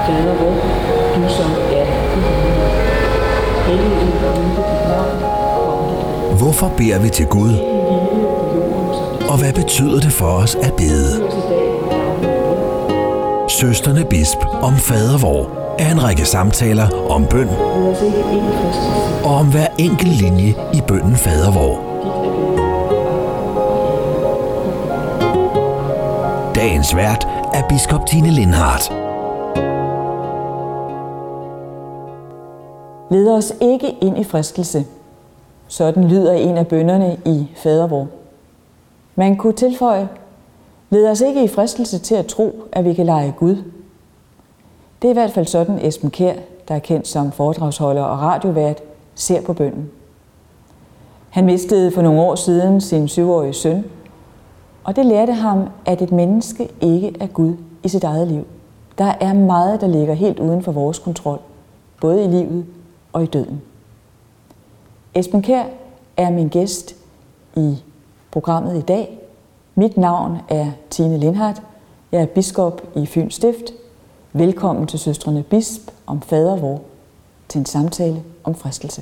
Fader vor, du som er i himlen. Helliget lyde dit navn. Hvorfor beder vi til Gud? Og hvad betyder det for os at bede? Søstrene Bisp om Fader vor er en række samtaler om bøn og om hver enkelt linje i bønnen Fader vor. Dagens vært er biskop Tine Lindhardt. Led os ikke ind i fristelse. Sådan lyder en af bønnerne i Fader vor. Man kunne tilføje, led os ikke i fristelse til at tro, at vi kan lege Gud. Det er i hvert fald sådan Esben Kjær, der er kendt som foredragsholder og radiovært, ser på bønnen. Han mistede for nogle år siden sin 7-årige søn, og det lærte ham, at et menneske ikke er Gud i sit eget liv. Der er meget, der ligger helt uden for vores kontrol, både i livet og i døden. Esben Kjær er min gæst i programmet i dag. Mit navn er Tine Lindhardt. Jeg er biskop i Fyns Stift. Velkommen til Søstrene Bisp om Fader vor til en samtale om fristelse.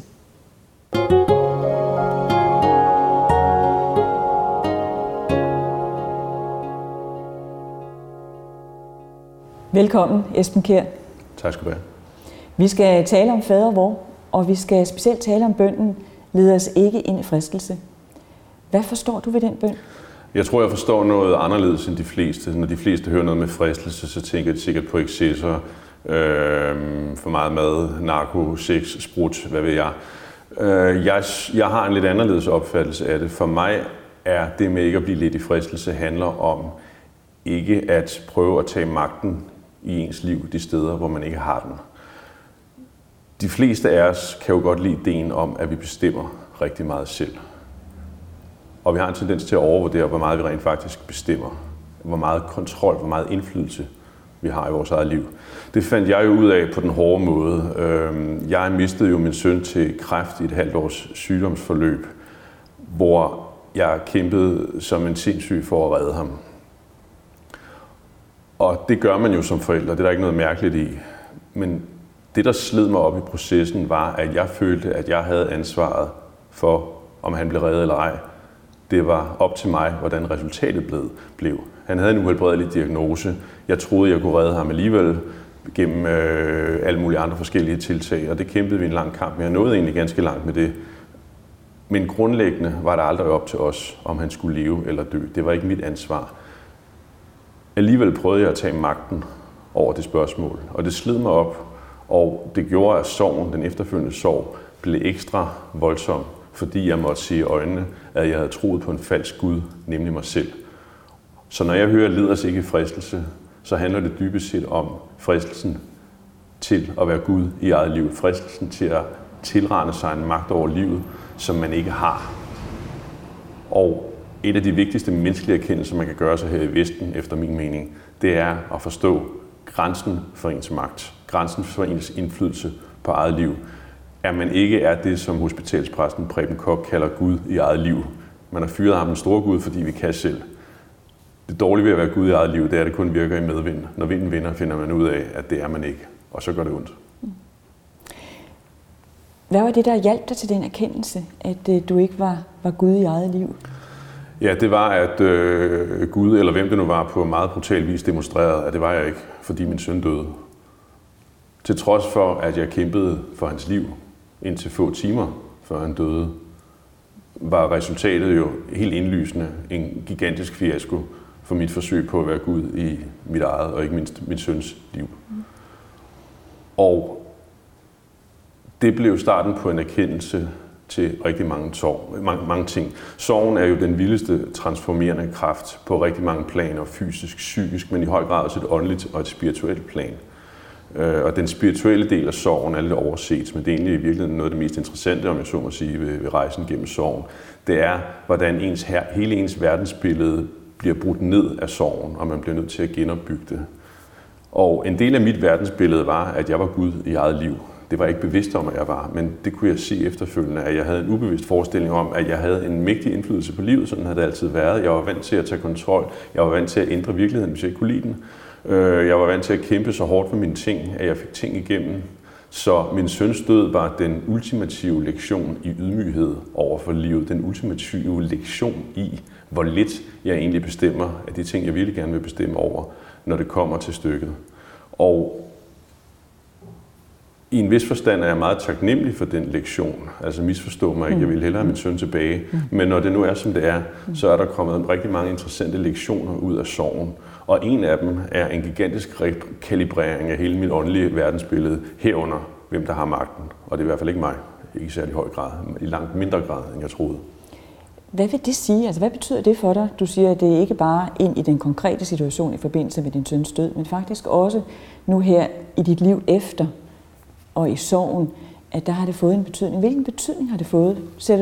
Velkommen, Esben Kjær. Tak skal du have. Vi skal tale om Fader vor, og vi skal specielt tale om bønnen, led os ikke ind i fristelse. Hvad forstår du ved den bøn? Jeg tror, jeg forstår noget anderledes end de fleste. Når de fleste hører noget med fristelse, så tænker de sikkert på excesser, for meget mad, narko, sex, sprut, hvad ved jeg. Jeg har en lidt anderledes opfattelse af det. For mig er det med ikke at blive lidt i fristelse handler om ikke at prøve at tage magten i ens liv de steder, hvor man ikke har den. De fleste af os kan jo godt lide ideen om, at vi bestemmer rigtig meget selv. Og vi har en tendens til at overvurdere, hvor meget vi rent faktisk bestemmer. Hvor meget kontrol, hvor meget indflydelse vi har i vores eget liv. Det fandt jeg jo ud af på den hårde måde. Jeg mistede jo min søn til kræft i et halvt års sygdomsforløb, hvor jeg kæmpede som en sindssyg for at redde ham. Og det gør man jo som forældre, det er der ikke noget mærkeligt i. Men det, der sled mig op i processen, var, at jeg følte, at jeg havde ansvaret for, om han blev reddet eller ej. Det var op til mig, hvordan resultatet blev. Han havde en uhelbredelig diagnose. Jeg troede, jeg kunne redde ham alligevel gennem alle mulige andre forskellige tiltag, og det kæmpede vi en lang kamp med. Jeg nåede egentlig ganske langt med det. Men grundlæggende var det aldrig op til os, om han skulle leve eller dø. Det var ikke mit ansvar. Alligevel prøvede jeg at tage magten over det spørgsmål, og det slid mig op, og det gjorde, at sorgen, den efterfølgende sorg, blev ekstra voldsom, fordi jeg måtte se i øjnene, at jeg havde troet på en falsk Gud, nemlig mig selv. Så når jeg hører, led os ikke i fristelse, så handler det dybest set om fristelsen til at være Gud i eget liv. Fristelsen til at tilrane sig en magt over livet, som man ikke har. Og et af de vigtigste menneskelige erkendelser, man kan gøre sig her i Vesten, efter min mening, det er at forstå grænsen for ens magt, grænsen for ens indflydelse på eget liv. At man ikke er det, som hospitalspræsten Preben Koch kalder Gud i eget liv. Man har fyret ham en stor Gud, fordi vi kan selv. Det dårlige ved at være Gud i eget liv, det er, at det kun virker i medvind. Når vinden vinder, finder man ud af, at det er man ikke, og så gør det ondt. Hvad var det, der hjalp dig til den erkendelse, at du ikke var Gud i eget liv? Ja, det var, at Gud, eller hvem det nu var, på meget brutal vis demonstrerede, at det var jeg ikke, fordi min søn døde. Til trods for, at jeg kæmpede for hans liv indtil få timer, før han døde, var resultatet jo helt indlysende en gigantisk fiasko for mit forsøg på at være Gud i mit eget, og ikke mindst min søns liv. Og det blev starten på en erkendelse til rigtig mange ting. Sorgen er jo den vildeste transformerende kraft på rigtig mange planer, fysisk, psykisk, men i høj grad også et åndeligt og et spirituelt plan. Og den spirituelle del af sorgen er lidt overset, men det er egentlig i virkeligheden noget af det mest interessante, om jeg så må sige, ved rejsen gennem sorgen. Det er, hvordan hele ens verdensbillede bliver brudt ned af sorgen, og man bliver nødt til at genopbygge det. Og en del af mit verdensbillede var, at jeg var Gud i eget liv. Det var jeg ikke bevidst om, at jeg var, men det kunne jeg se efterfølgende, at jeg havde en ubevidst forestilling om, at jeg havde en mægtig indflydelse på livet, sådan havde det altid været. Jeg var vant til at tage kontrol, jeg var vant til at ændre virkeligheden, hvis jeg ikke kunne lide den. Jeg var vant til at kæmpe så hårdt for mine ting, at jeg fik ting igennem. Så min søns død var den ultimative lektion i ydmyghed over for livet. Den ultimative lektion i, hvor lidt jeg egentlig bestemmer af de ting, jeg virkelig gerne vil bestemme over, når det kommer til stykket. Og i en vis forstand er jeg meget taknemmelig for den lektion. Altså misforstå mig ikke, jeg vil hellere have min søn tilbage. Men når det nu er, som det er, så er der kommet rigtig mange interessante lektioner ud af sorgen. Og en af dem er en gigantisk rekalibrering af hele mit åndelige verdensbillede herunder, hvem der har magten. Og det er i hvert fald ikke mig. Ikke i særlig høj grad. I langt mindre grad, end jeg troede. Hvad vil det sige? Altså, hvad betyder det for dig? Du siger, at det ikke bare ind i den konkrete situation i forbindelse med din søns død, men faktisk også nu her i dit liv efter og i sorgen, at der har det fået en betydning. Hvilken betydning har det fået?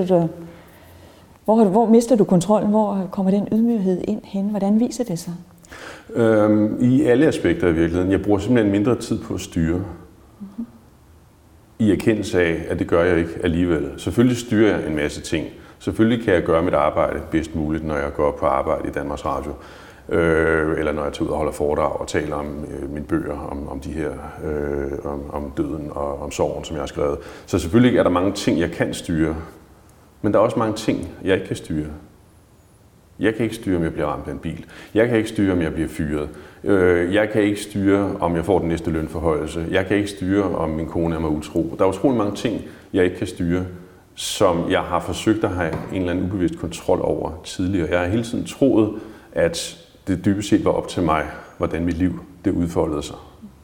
Hvor mister du kontrollen? Hvor kommer den ydmyghed ind hen? Hvordan viser det sig? I alle aspekter i virkeligheden. Jeg bruger simpelthen mindre tid på at styre. I erkendelse af, at det gør jeg ikke alligevel. Selvfølgelig styrer jeg en masse ting. Selvfølgelig kan jeg gøre mit arbejde bedst muligt, når jeg går på arbejde i Danmarks Radio. Eller når jeg tager ud og holder foredrag og taler om mine bøger, om de her, om døden og om sorgen, som jeg har skrevet. Så selvfølgelig er der mange ting, jeg kan styre. Men der er også mange ting, jeg ikke kan styre. Jeg kan ikke styre, om jeg bliver ramt af en bil. Jeg kan ikke styre, om jeg bliver fyret. Jeg kan ikke styre, om jeg får den næste lønforhøjelse. Jeg kan ikke styre, om min kone er mig utro. Der er utrolig mange ting, jeg ikke kan styre, som jeg har forsøgt at have en eller anden ubevidst kontrol over tidligere. Jeg har hele tiden troet, at det dybest set var op til mig, hvordan mit liv det udfoldede sig.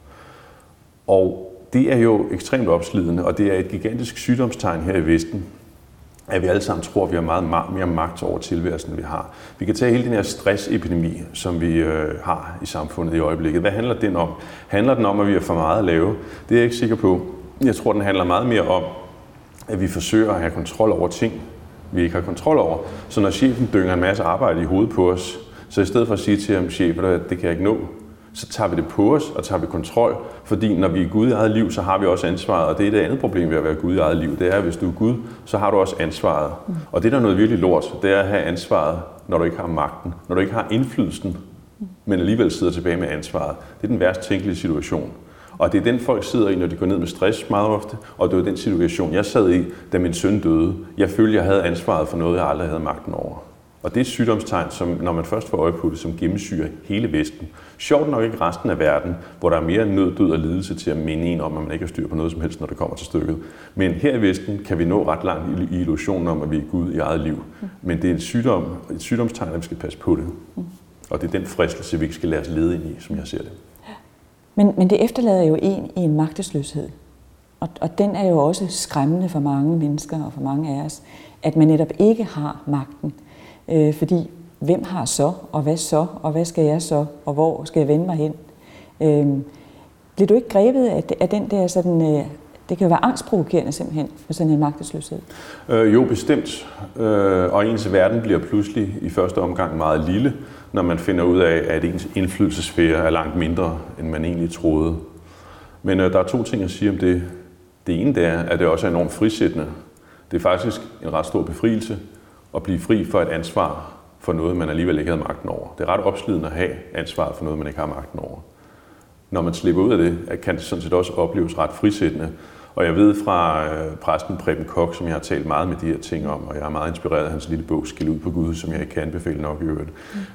Og det er jo ekstremt opslidende, og det er et gigantisk sygdomstegn her i Vesten, at vi alle sammen tror, at vi har meget mere magt over tilværelsen, end vi har. Vi kan tage hele den her stressepidemi, som vi har i samfundet i øjeblikket. Hvad handler den om? Handler den om, at vi har for meget at lave? Det er jeg ikke sikker på. Jeg tror, den handler meget mere om, at vi forsøger at have kontrol over ting, vi ikke har kontrol over. Så når chefen dynger en masse arbejde i hovedet på os, så i stedet for at sige til ham, chef, det kan jeg ikke nå, så tager vi det på os og tager vi kontrol. Fordi når vi er Gud i eget liv, så har vi også ansvaret. Og det er det andet problem ved at være Gud i eget liv. Det er, at hvis du er Gud, så har du også ansvaret. Og det, der er noget virkelig lort, det er at have ansvaret, når du ikke har magten. Når du ikke har indflydelsen, men alligevel sidder tilbage med ansvaret. Det er den værst tænkelige situation. Og det er den, folk sidder i, når de går ned med stress meget ofte. Og det var den situation, jeg sad i, da min søn døde. Jeg følte, jeg havde ansvaret for noget, jeg aldrig havde magten over. Og det er et sygdomstegn, som når man først får øje på det, som gennemsyrer hele Vesten. Sjovt nok ikke resten af verden, hvor der er mere nød, død og lidelse til at minde en om, at man ikke har styr på noget som helst, når det kommer til stykket. Men her i Vesten kan vi nå ret langt i illusionen om, at vi er Gud i eget liv. Men det er et sygdomstegn, at vi skal passe på det. Og det er den fristelse, vi ikke skal lade os lede ind i, som jeg ser det. Men det efterlader jo en i en magtesløshed. Og den er jo også skræmmende for mange mennesker og for mange af os, at man netop ikke har magten. Fordi hvem har så, og hvad skal jeg så, og hvor skal jeg vende mig hen? Bliver du ikke grebet af den der sådan, det kan jo være angstprovokerende simpelthen for sådan en magtesløshed? Jo, bestemt. Og ens verden bliver pludselig i første omgang meget lille, når man finder ud af, at ens indflydelsesfære er langt mindre, end man egentlig troede. Men der er to ting at sige om det. Det ene det er, at det også er enormt frisættende. Det er faktisk en ret stor befrielse at blive fri for et ansvar for noget, man alligevel ikke havde magten over. Det er ret opslidende at have ansvaret for noget, man ikke har magten over. Når man slipper ud af det, kan det sådan set også opleves ret frisættende. Og jeg ved fra præsten Preben Koch, som jeg har talt meget med de her ting om, og jeg er meget inspireret af hans lille bog, Skæld ud på Gud, som jeg ikke kan anbefale nok i øvrigt,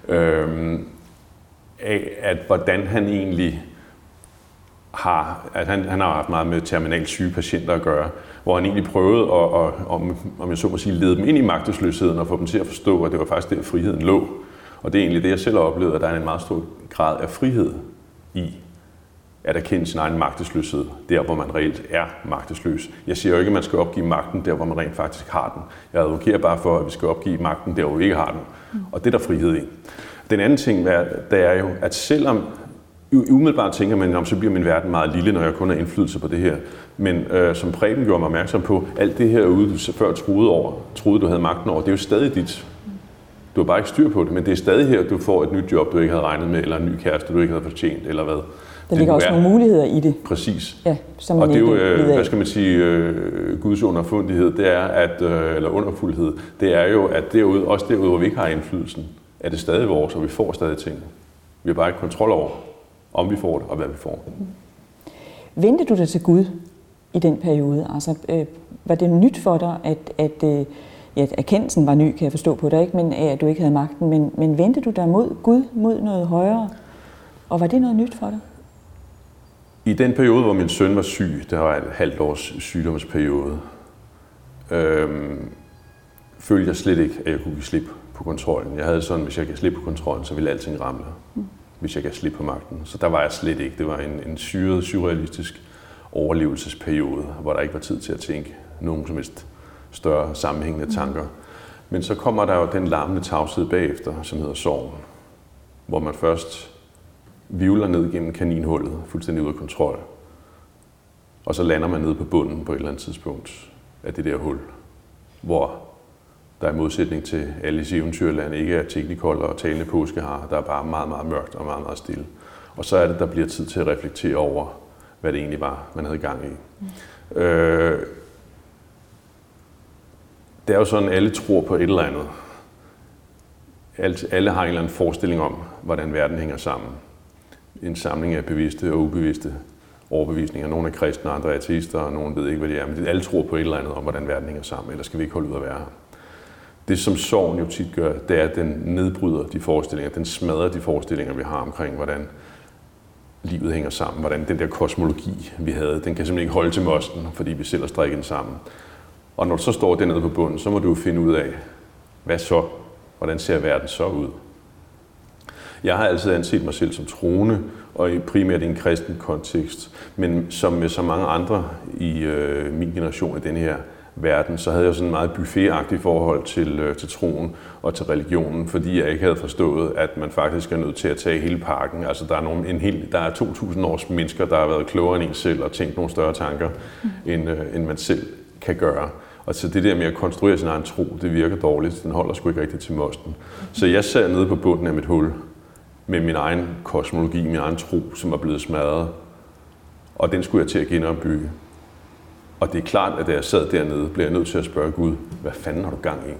at hvordan han egentlig har, at han har haft meget med terminalt syge patienter at gøre, hvor han egentlig prøvede at om jeg så må sige, lede dem ind i magtesløsheden og få dem til at forstå, at det var faktisk der, friheden lå. Og det er egentlig det, jeg selv har oplevet, at der er en meget stor grad af frihed i at erkende sin egen magtesløshed, der hvor man reelt er magtesløs. Jeg siger jo ikke, at man skal opgive magten der, hvor man rent faktisk har den. Jeg advokerer bare for, at vi skal opgive magten der, hvor vi ikke har den. Og det er der frihed i. Den anden ting, det er jo, at selvom umiddelbart tænker man, så bliver min verden meget lille, når jeg kun har indflydelse på det her. Men som Preben gjorde mig opmærksom på, alt det her ude, du før troede, du havde magten over, det er jo stadig dit. Du har bare ikke styr på det, men det er stadig her, at du får et nyt job, du ikke havde regnet med, eller en ny kæreste, du ikke havde fortjent, eller hvad. Der ligger også nogle muligheder i det. Præcis. Ja, som man og det er jo, hvad skal man sige, Guds underfundighed, det er, eller underfuldhed, det er jo, at derude, også derude, hvor vi ikke har indflydelsen, er det stadig vores, og vi får stadig ting. Vi har bare ikke kontrol over, om vi får det, og hvad vi får. Vendte du dig til Gud i den periode? Altså, var det nyt for dig, at erkendelsen var ny, kan jeg forstå på dig, ikke? Men at du ikke havde magten, men vendte du dig mod Gud, mod noget højere? Og var det noget nyt for dig? I den periode, hvor min søn var syg, der var et halvt års sygdomsperiode, følte jeg slet ikke, at jeg kunne give slip på kontrollen. Jeg havde sådan, hvis jeg kan slippe på kontrollen, så ville alting ramle, hvis jeg kan slippe på magten. Så der var jeg slet ikke. Det var en syret, surrealistisk overlevelsesperiode, hvor der ikke var tid til at tænke nogen som helst større sammenhængende tanker. Men så kommer der jo den larmende tavshed bagefter, som hedder sorgen, hvor man først vivler ned gennem kaninhullet, fuldstændig ude af kontrol. Og så lander man nede på bunden på et eller andet tidspunkt af det der hul, hvor der i modsætning til Alice i Eventyrland ikke er teknikolder og talende påskehare, der er bare meget, meget mørkt og meget, meget stille. Og så er det, der bliver tid til at reflektere over, hvad det egentlig var, man havde gang i. Det er jo sådan, at alle tror på et eller andet. Alle har en eller anden forestilling om, hvordan verden hænger sammen. En samling af bevidste og ubevidste overbevisninger. Nogle er kristne, andre er ateister, og nogle ved ikke, hvad de er. Men alle tror på et eller andet om, hvordan verden hænger sammen. Eller skal vi ikke holde ud at være her? Det, som sorgen jo tit gør, det er, at den nedbryder de forestillinger. Den smadrer de forestillinger, vi har omkring, hvordan livet hænger sammen. Hvordan den der kosmologi, vi havde, den kan simpelthen ikke holde til mosten, fordi vi selv har strikket den sammen. Og når du så står dernede på bunden, så må du finde ud af, hvad så? Hvordan ser verden så ud? Jeg har altid anset mig selv som troende, og primært i en kristen kontekst. Men som med så mange andre i min generation i denne her verden, så havde jeg sådan en meget buffetagtigt forhold til troen og til religionen, fordi jeg ikke havde forstået, at man faktisk er nødt til at tage hele pakken. Altså der er 2.000 års mennesker, der har været klogere end en selv og tænkt nogle større tanker, end man selv kan gøre. Og så det der med at konstruere sin egen tro, det virker dårligt. Den holder sgu ikke rigtigt til mosten. Så jeg sad nede på bunden af mit hul med min egen kosmologi, min egen tro, som var blevet smadret. Og den skulle jeg til at genopbygge. Og det er klart, at da jeg sad dernede, blev jeg nødt til at spørge Gud, hvad fanden har du gang i?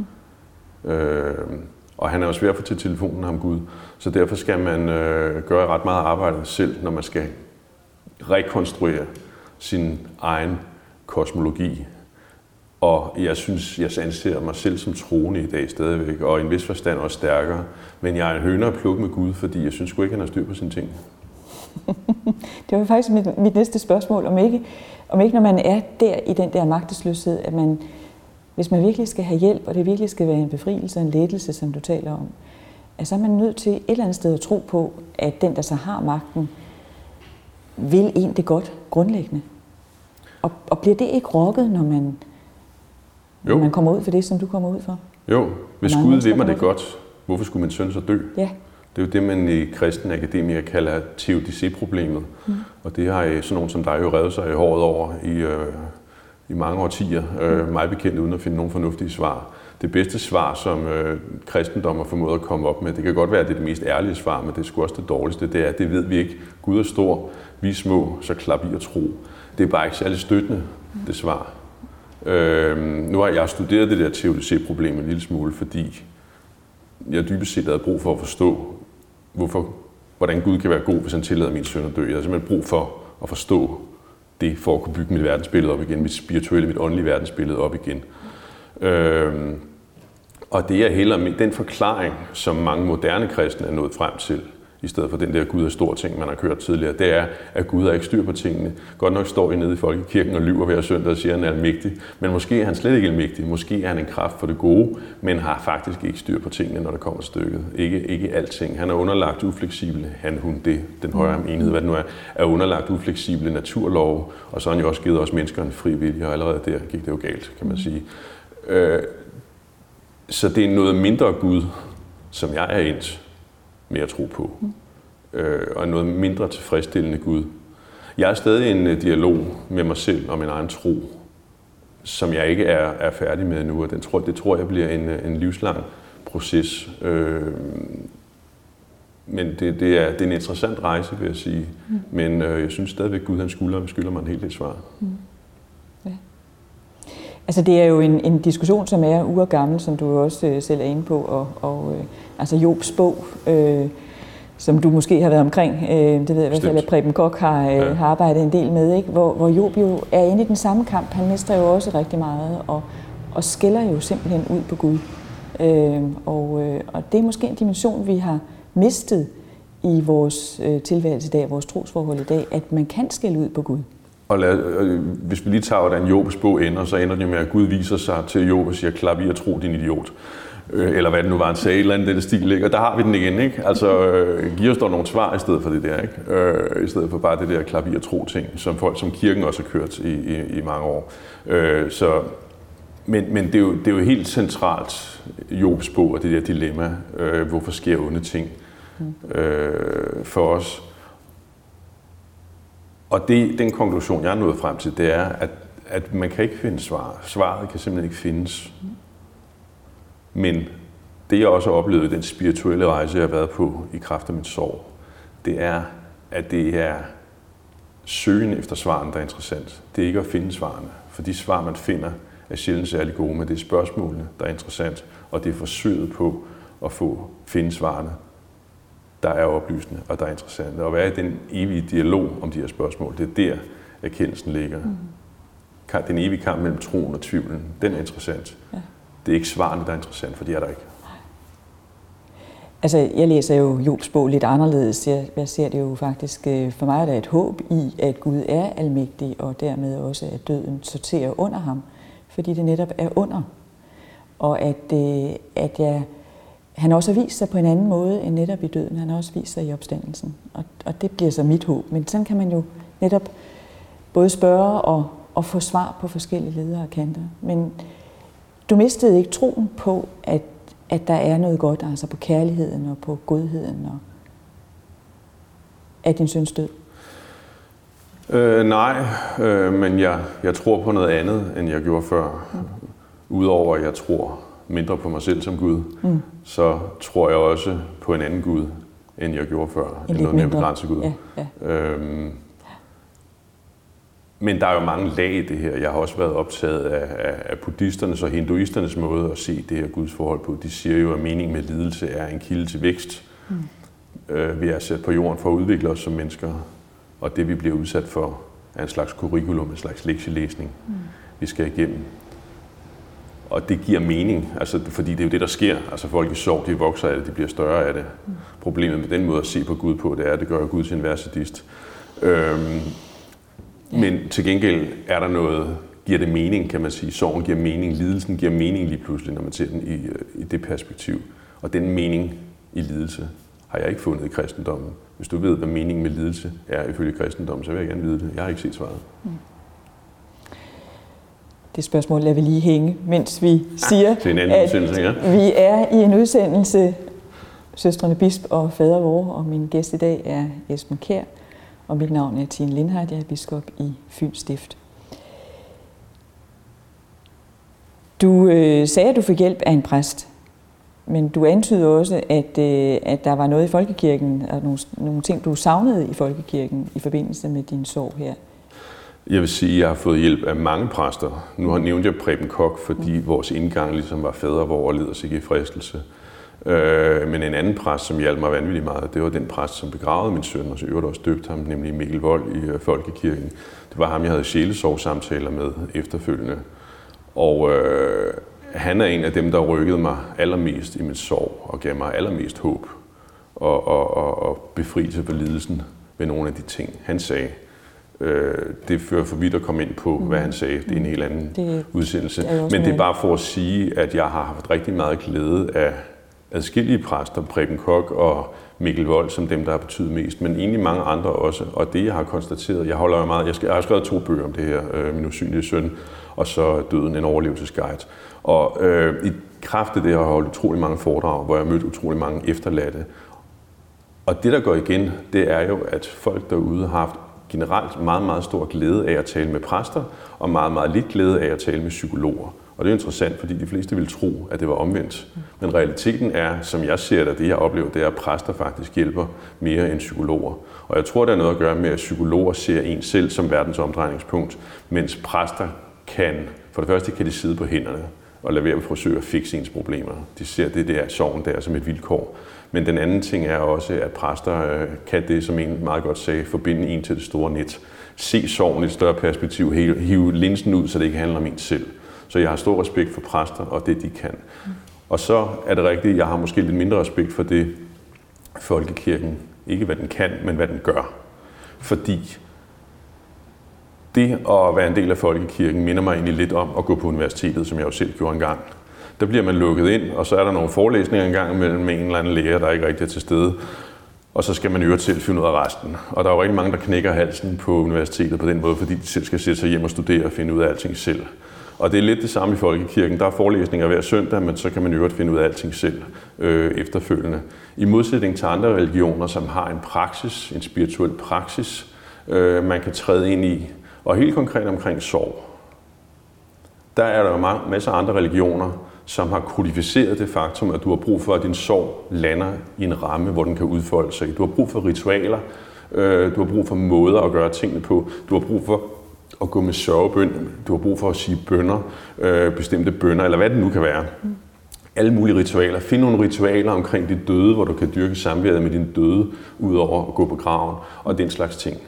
Og han er jo svær at få til telefonen, ham Gud. Så derfor skal man gøre ret meget arbejde selv, når man skal rekonstruere sin egen kosmologi. Og jeg synes, jeg anser mig selv som troende i dag stadigvæk, og i en vis forstand også stærkere. Men jeg er en høne at plukke med Gud, fordi jeg synes sgu ikke, han har styr på sine ting. Det var faktisk mit næste spørgsmål, om ikke når man er der i den der magtesløshed, at man, hvis man virkelig skal have hjælp, og det virkelig skal være en befrielse og en lettelse, som du taler om, at så er man nødt til et eller andet sted at tro på, at den, der så har magten, vil en det godt grundlæggende. Og bliver det ikke rokket, når man kommer ud for det, som du kommer ud for? Jo, hvis Gud vil mig det godt, hvorfor skulle min søn så dø? Ja. Det er jo det, man i kristne akademikere kalder teodicé-problemet. Og det har sådan nogen som dig jo revet sig i håret over i mange årtier, meget bekendt uden at finde nogen fornuftige svar. Det bedste svar, som kristendom har formået at komme op med, det kan godt være, at det er det mest ærlige svar, men det er sgu også det dårligste, det er, at det ved vi ikke. Gud er stor, vi er små, så klap i at tro. Det er bare ikke særlig støttende, det svar. Nu har jeg studeret det der teodicé-problem en lille smule, fordi jeg dybest set havde brug for at forstå, hvordan Gud kan være god, hvis han tillader min søn at dø. Jeg har simpelthen brug for at forstå det, for at kunne bygge mit verdensbillede op igen, mit spirituelle, mit åndelige verdensbillede op igen. Og det er heller den forklaring, som mange moderne kristne er nået frem til, i stedet for den der Gud er stor ting, man har kørt tidligere, det er, at Gud har ikke styr på tingene. Godt nok står I nede i folkekirken og lyver hver søndag og siger, at han er almægtig, men måske er han slet ikke almægtig. Måske er han en kraft for det gode, men har faktisk ikke styr på tingene, når der kommer stykket. Ikke alting. Han er underlagt ufleksible, den højere enhed, hvad det nu er underlagt ufleksible naturlove, og så har han jo også givet os mennesker en fri vilje, og allerede der gik det jo galt, kan man sige. Så det er noget mindre Gud, som jeg er endt med at tro på, og noget mindre tilfredsstillende Gud. Jeg er stadig i en dialog med mig selv og min egen tro, som jeg ikke er færdig med nu, og det tror jeg bliver en livslang proces. Men det er en interessant rejse, vil jeg sige. Men jeg synes stadigvæk, Gud han skylder mig en hel del svar. Ja. Altså det er jo en diskussion, som er urgammel, som du også selv er inde på, og altså Jobs bog, som du måske har været omkring. Det ved jeg i hvert fald, at Preben Koch har arbejdet en del med, ikke? Hvor Job jo er inde i den samme kamp. Han mestrer jo også rigtig meget, og skælder jo simpelthen ud på Gud. Og det er måske en dimension, vi har mistet i vores tilværelse i dag, vores trosforhold i dag, at man kan skælde ud på Gud. Og hvis vi lige tager, hvordan Jobs bog ender, så ender det jo med, at Gud viser sig til Job og siger, klap i at tro, din idiot. Eller hvad det nu var, han sagde, et eller andet det stil, ikke? Og der har vi den igen, ikke? Altså, giv os dog nogle svar i stedet for det der, ikke? I stedet for bare det der klap i at tro ting, som folk som kirken også har kørt i mange år. Men det er jo helt centralt, Jobs bog og det der dilemma, hvorfor sker onde ting for os. Og den konklusion, jeg er nået frem til, det er, at man kan ikke finde svar. Svaret kan simpelthen ikke findes. Men det, jeg også har oplevet i den spirituelle rejse, jeg har været på i kraft af min sorg, det er, at det er søgen efter svarene, der er interessant. Det er ikke at finde svarene. For de svar, man finder, er sjældent særlig gode, men det er spørgsmålene, der er interessant. Og det er forsøget på at finde svarene, der er oplysende og der er interessante. Og være i den evige dialog om de her spørgsmål, det er der, erkendelsen ligger. Den evige kamp mellem troen og tvivlen, den er interessant. Ja. Det er ikke svarene, der er interessant, for de er der ikke. Altså, jeg læser jo Jobs bog lidt anderledes. Jeg ser det jo faktisk, for mig er der et håb i, at Gud er almægtig, og dermed også, at døden sorterer under ham, fordi det netop er under. Og han også har vist sig på en anden måde end netop i døden. Han har også vist sig i opstandelsen. Og det bliver så mit håb. Men sådan kan man jo netop både spørge og få svar på forskellige ledere og kanter. Men du mistede ikke troen på, at der er noget godt, altså på kærligheden og på godheden og af din søns død? Nej, men jeg tror på noget andet, end jeg gjorde før. Udover at jeg tror mindre på mig selv som Gud, så tror jeg også på en anden Gud, end jeg gjorde før. En noget mere begrænset Gud. Ja. Men der er jo mange lag i det her. Jeg har også været optaget af buddhisternes og hinduisternes måde at se det her Guds forhold på. De siger jo, at meningen med lidelse er en kilde til vækst. Vi er sat på jorden for at udvikle os som mennesker, og det vi bliver udsat for er en slags curriculum, en slags lektielæsning, vi skal igennem. Og det giver mening, altså, fordi det er jo det, der sker. Altså folk i sorg, de vokser af det, de bliver større af det. Problemet med den måde at se på Gud på, det er, at det gør Gud til en værre sadist. Men til gengæld er der noget, giver det mening, kan man sige. Sorgen giver mening, lidelsen giver mening lige pludselig, når man ser den i det perspektiv. Og den mening i lidelse har jeg ikke fundet i kristendommen. Hvis du ved, hvad meningen med lidelse er ifølge kristendommen, så vil jeg gerne vide det. Jeg har ikke set svaret. Det spørgsmål lader vi lige hænge, mens vi siger, at vi er i en udsendelse, Søstrene Bisp og Fader Vor, og min gæst i dag er Esben Kjær, og mit navn er Tine Lindhardt, jeg er biskop i Fyns Stift. Du sagde, at du fik hjælp af en præst, men du antyder også, at der var noget i folkekirken, og nogle ting, du savnede i folkekirken i forbindelse med din sorg her. Jeg vil sige, at jeg har fået hjælp af mange præster. Nu har nævnt jeg Preben Koch, fordi vores indgang ligesom var Fader Vor og led os ikke i fristelse. Men en anden præst, som hjalp mig vanvittigt meget, det var den præst, som begravede min søn, og så øvrigt også døbte ham, nemlig Mikkel Wold i Folkekirken. Det var ham, jeg havde sjælesorgsamtaler med efterfølgende. Og han er en af dem, der rykkede mig allermest i min sorg, og gav mig allermest håb og befrielse for lidelsen ved nogle af de ting, han sagde. Det fører for vidt at komme ind på, hvad han sagde. Det er en helt anden udsendelse. Men det er bare for at sige, at jeg har haft rigtig meget glæde af adskillige præster, Preben Koch og Mikkel Wold, som dem, der har betydet mest, men egentlig mange andre også. Og det, jeg har konstateret, jeg har skrevet 2 bøger om det her, Min usynlige søn, og så Døden, en overlevelsesguide. Og i kraft af det har jeg holdt utrolig mange foredrag, hvor jeg har mødt utrolig mange efterladte. Og det, der går igen, det er jo, at folk derude har haft generelt meget, meget stor glæde af at tale med præster, og meget, meget lidt glæde af at tale med psykologer. Og det er interessant, fordi de fleste vil tro, at det var omvendt. Men realiteten er, som jeg ser det, det jeg oplever, det er, at præster faktisk hjælper mere end psykologer. Og jeg tror, der er noget at gøre med, at psykologer ser en selv som verdens omdrejningspunkt, mens præster for det første kan de sidde på hænderne og lade være med at forsøge at fikse ens problemer. De ser det der sorgen der som et vilkår. Men den anden ting er også, at præster kan det, som en meget godt sagde, forbinde en til det store net. Se sorgen i et større perspektiv, hive linsen ud, så det ikke handler om en selv. Så jeg har stor respekt for præster og det, de kan. Og så er det rigtigt, jeg har måske lidt mindre respekt for det, folkekirken, ikke hvad den kan, men hvad den gør. Fordi det at være en del af folkekirken minder mig egentlig lidt om at gå på universitetet, som jeg jo selv gjorde engang. Der bliver man lukket ind, og så er der nogle forelæsninger engang imellem med en eller anden lærer, der ikke rigtig er til stede. Og så skal man øvrigt selv finde ud af resten. Og der er jo rigtig mange, der knækker halsen på universitetet på den måde, fordi de selv skal sætte sig hjem og studere og finde ud af alting selv. Og det er lidt det samme i folkekirken. Der er forelæsninger hver søndag, men så kan man øvrigt finde ud af alting selv efterfølgende. I modsætning til andre religioner, som har en praksis, en spirituel praksis, man kan træde ind i. Og helt konkret omkring sorg. Der er der jo masser af andre religioner, som har kodificeret det faktum, at du har brug for, at din sorg lander i en ramme, hvor den kan udfolde sig. Du har brug for ritualer, du har brug for måder at gøre tingene på, du har brug for at gå med sørgebøn, du har brug for at sige bønner, bestemte bønner, eller hvad det nu kan være. Alle mulige ritualer. Find nogle ritualer omkring dit døde, hvor du kan dyrke samværet med din døde, udover at gå på graven, og den slags ting.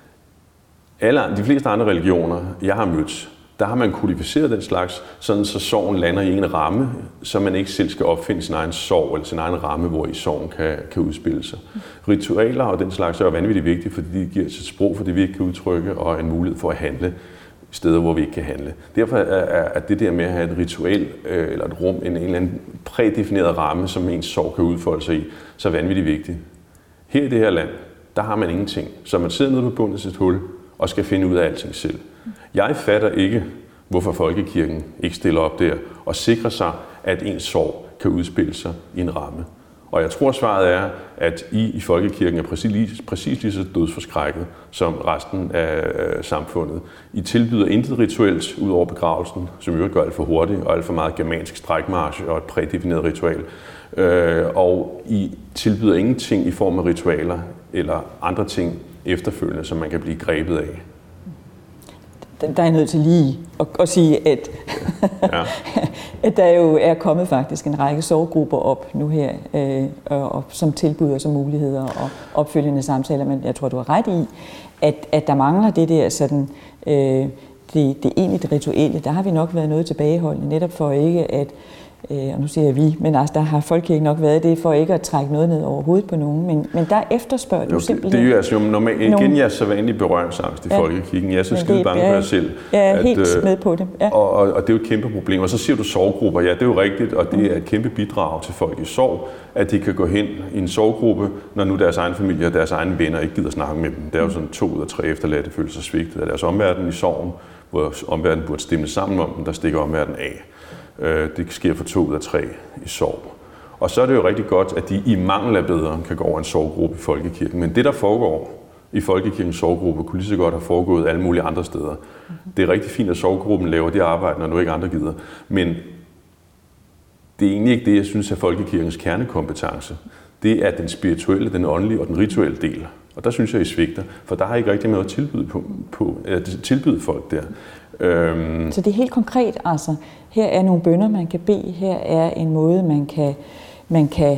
De fleste andre religioner, jeg har mødt, der har man kodificeret den slags, sådan så sorgen lander i en ramme, så man ikke selv skal opfinde sin egen sorg eller sin egen ramme, hvor i sorgen kan udspille sig. Ritualer og den slags er jo vanvittigt vigtige, fordi de giver os et sprog for det, vi ikke kan udtrykke, og en mulighed for at handle steder, hvor vi ikke kan handle. Derfor er det der med at have et ritual eller et rum, en eller anden prædefineret ramme, som ens sorg kan udfolde sig i, så vanvittigt vigtigt. Her i det her land, der har man ingenting. Så man sidder nede på bunden af sit hul og skal finde ud af alting selv. Jeg fatter ikke, hvorfor folkekirken ikke stiller op der og sikrer sig, at ens sorg kan udspille sig i en ramme. Og jeg tror, svaret er, at I folkekirken er præcis lige så dødsforskrækket som resten af samfundet. I tilbyder intet rituelt ud over begravelsen, som jo gør alt for hurtigt og alt for meget germansk strækmarch og et prædefineret ritual. Og I tilbyder ingenting i form af ritualer eller andre ting efterfølgende, som man kan blive grebet af. Der er nødt til lige at sige, at, at der jo er kommet faktisk en række sorggrupper op nu her, som tilbyder som muligheder og opfølgende samtaler, men jeg tror, du har ret i, at der mangler det der sådan, det egentlig rituelle. Der har vi nok været noget tilbageholdende, netop for ikke at, og nu siger jeg vi, men altså, der har folkekirken nok været det, for ikke at trække noget ned over hovedet på nogen, men der efterspørger du simpelthen... Det er jo altså normalt, igen, jeg er så vanlig berøringsangst i folkekirken. Jeg er så skide bange for jer selv. Jeg er helt med på det. Ja. Og det er jo et kæmpe problem. Og så siger du sorggrupper. Ja, det er jo rigtigt, og det er et kæmpe bidrag til folk i sorg, at de kan gå hen i en sorggruppe, når nu deres egen familie og deres egne venner ikke gider snakke med dem. Det er jo sådan 2 ud af 3 efterladte føler sig svigtet af deres omverden i sorgen, hvor omverdenen burde stemme sammen om dem, der stikker omverdenen af. Det sker for 2 ud af 3 i sorg. Og så er det jo rigtig godt, at de i mangel af bedre kan gå over en sorggruppe i folkekirken. Men det, der foregår i folkekirkens sorggruppe, kunne lige så godt have foregået alle mulige andre steder. Det er rigtig fint, at sorggruppen laver det arbejde, når nu ikke andre gider. Men det er egentlig ikke det, jeg synes er folkekirkens kernekompetence. Det er den spirituelle, den åndelige og den rituelle del. Og der synes jeg, I svigter, for der har I ikke rigtig noget at tilbyde folk der. Så det er helt konkret, altså. Her er nogle bønner, man kan bede. Her er en måde, man kan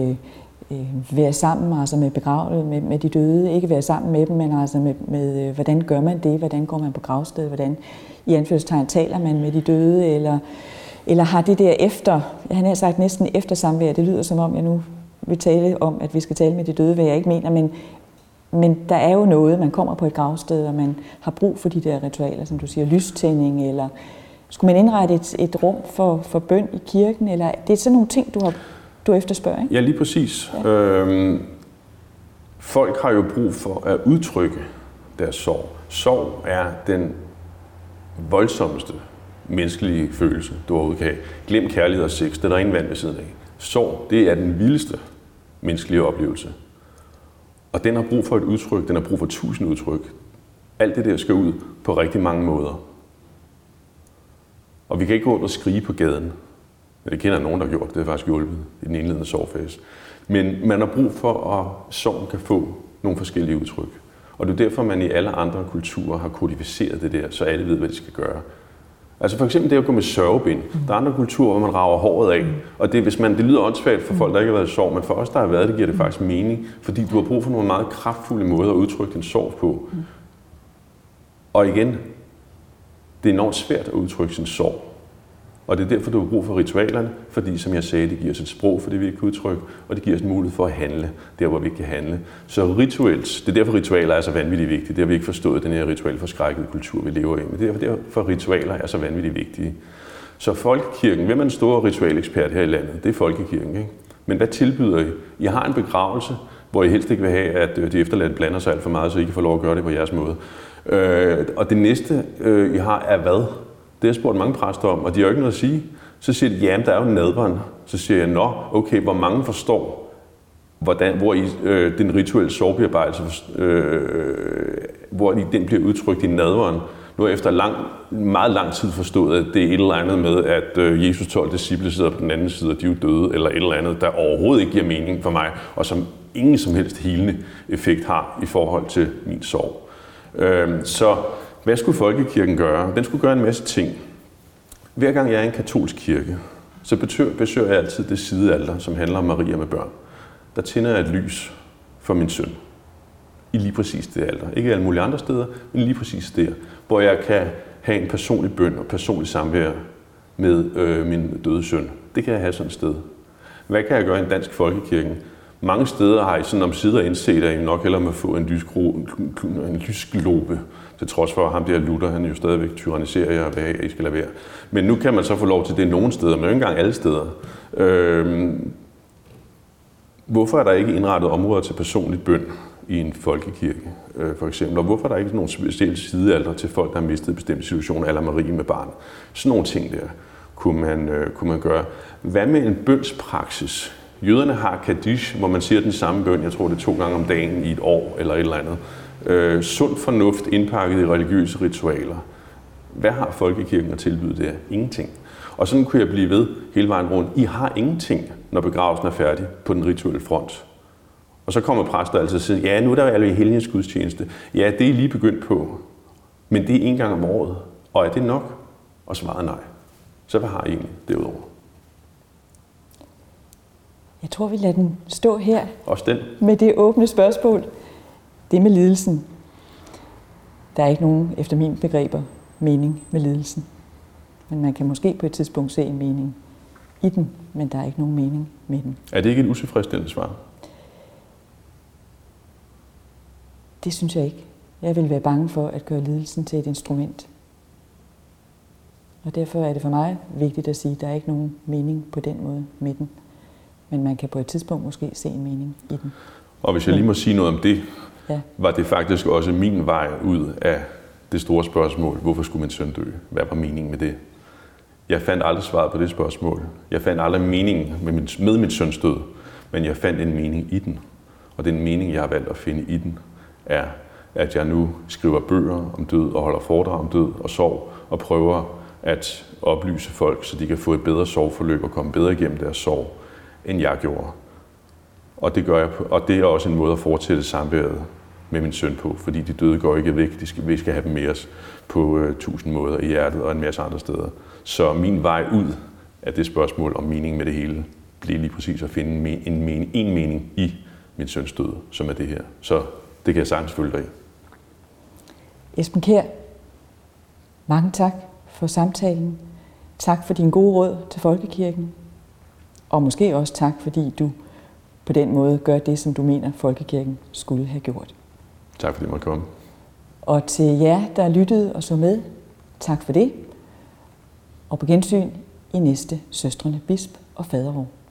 være sammen altså med begravet, med de døde. Ikke være sammen med dem, men altså med hvordan gør man det? Hvordan går man på gravstedet? Hvordan i anførselstegn taler man med de døde? Eller har det der efter, han har sagt næsten efter samvær. Det lyder som om, jeg nu vil tale om, at vi skal tale med de døde, hvad jeg ikke mener, men der er jo noget, man kommer på et gravsted, og man har brug for de der ritualer, som du siger, lystænding, eller skulle man indrette et rum for bøn i kirken, eller det er sådan nogle ting, du efterspørger, ikke? Ja, lige præcis. Ja. Folk har jo brug for at udtrykke deres sorg. Sorg er den voldsomste menneskelige følelse, du overhovedet kan have. Glem kærlighed og sex, det er der ingen vand ved siden af. Sorg, det er den vildeste menneskelige oplevelse. Og den har brug for et udtryk, den har brug for 1000 udtryk. Alt det der skal ud på rigtig mange måder. Og vi kan ikke gå rundt og skrige på gaden. Men det kender nogen, der har gjort. Det er faktisk hjulpet i den indledende sorgfase. Men man har brug for, at sorgen kan få nogle forskellige udtryk. Og det er derfor, man i alle andre kulturer har kodificeret det der, så alle ved, hvad de skal gøre. Altså for eksempel det at gå med sørgebind. Der er andre kulturer, hvor man rager håret af. Og det lyder åndssvagt for folk, der ikke har været i sorg, men for os, der har været det, giver det faktisk mening. Fordi du har brug for nogle meget kraftfulde måder at udtrykke din sorg på. Og igen, det er enormt svært at udtrykke sin sorg. Og det er derfor, du har brug for ritualerne, fordi som jeg sagde, det giver os et sprog for det, vi ikke kan udtrykke, og det giver os en mulighed for at handle, der hvor vi ikke kan handle. Så rituelt, det er derfor, ritualer er så vanvittigt vigtige. Det har vi ikke forstået, den her ritualforskrækkede kultur, vi lever i. Men det er derfor, ritualer er så vanvittigt vigtige. Så folkekirken, hvem er den store ritualekspert her i landet? Det er folkekirken, ikke? Men hvad tilbyder I? I har en begravelse, hvor I helst ikke vil have, at de efterladte blander sig alt for meget, så I kan få lov at gøre det på jeres måde. Og det næste, I har, er hvad? Det har jeg spurgt mange præster om, og de har jo ikke noget at sige. Så siger de, jamen der er jo nadveren. Så siger jeg, nå, okay, hvor mange forstår, hvor den rituelle sorgbearbejdelse, hvor den bliver udtrykt i nadveren. Nu efter meget lang tid forstået, at det er et eller andet med, at Jesus 12 disciple sidder på den anden side, og de er jo døde, eller et eller andet, der overhovedet ikke giver mening for mig, og som ingen som helst helende effekt har i forhold til min sorg. Så hvad skulle folkekirken gøre? Den skulle gøre en masse ting. Hver gang jeg er i en katolsk kirke, så besøger jeg altid det sidealter, som handler om Maria med børn. Der tænder jeg et lys for min søn. I lige præcis det alter. Ikke alle mulige andre steder, men lige præcis der, hvor jeg kan have en personlig bøn og personlig samvær med min døde søn. Det kan jeg have sådan et sted. Hvad kan jeg gøre i en dansk folkekirke? Mange steder har I sådan omsider indset, at I nok hellere må få en lysglobe, til trods for ham der Luther, han jo stadigvæk tyranniserer jer, hvad I skal lade være. Men nu kan man så få lov til det nogle steder, men ikke engang alle steder. Hvorfor er der ikke indrettet områder til personlig bøn i en folkekirke, for eksempel? Og hvorfor er der ikke nogen specielle sidealter til folk, der har mistet bestemte situationer, eller Marie med barn? Sådan nogle ting der kunne man gøre. Hvad med en bønspraksis? Jøderne har Kaddish, hvor man siger den samme bøn, jeg tror det er 2 gange om dagen i et år, eller et eller andet. Sund fornuft indpakket i religiøse ritualer. Hvad har folkekirken at tilbyde der? Ingenting. Og sådan kunne jeg blive ved hele vejen rundt. I har ingenting, når begravelsen er færdig på den rituelle front. Og så kommer præster altid og siger, ja, nu er der jo alle i helgens gudstjeneste. Ja, det er lige begyndt på. Men det er 1 gang om året. Og er det nok? Og svaret nej. Så hvad har I egentlig derudover? Jeg tror, vi lader den stå her. Også den. Med det åbne spørgsmål. Det med lidelsen. Der er ikke nogen, efter mine begreber, mening med lidelsen. Men man kan måske på et tidspunkt se en mening i den, men der er ikke nogen mening med den. Er det ikke et utilfredsstillende svar? Det synes jeg ikke. Jeg vil være bange for at gøre lidelsen til et instrument. Og derfor er det for mig vigtigt at sige, at der er ikke nogen mening på den måde med den. Men man kan på et tidspunkt måske se en mening i den. Og hvis jeg lige må sige noget om det, var det faktisk også min vej ud af det store spørgsmål, hvorfor skulle min søn dø? Hvad var meningen med det? Jeg fandt aldrig svaret på det spørgsmål. Jeg fandt aldrig meningen med min søns død, men jeg fandt en mening i den. Og den mening, jeg har valgt at finde i den, er, at jeg nu skriver bøger om død og holder foredrag om død og sorg og prøver at oplyse folk, så de kan få et bedre sorgforløb og komme bedre igennem deres sorg, end jeg gjorde. Og det gør jeg, og det er også en måde at fortsætte samværet med min søn på, fordi de døde går ikke væk. Vi skal have dem med os på 1000 måder i hjertet og en masse andre steder. Så min vej ud af det spørgsmål om mening med det hele, blev lige præcis at finde en mening i min søns død, som er det her. Så det kan jeg sagtens følge dig i. Esben Kjær, mange tak for samtalen. Tak for din gode råd til folkekirken. Og måske også tak, fordi du på den måde gør det, som du mener, folkekirken skulle have gjort. Tak fordi du måtte komme. Og til jer, der lyttede og så med, tak for det. Og på gensyn i næste Søstrene Bisp og Fadervor.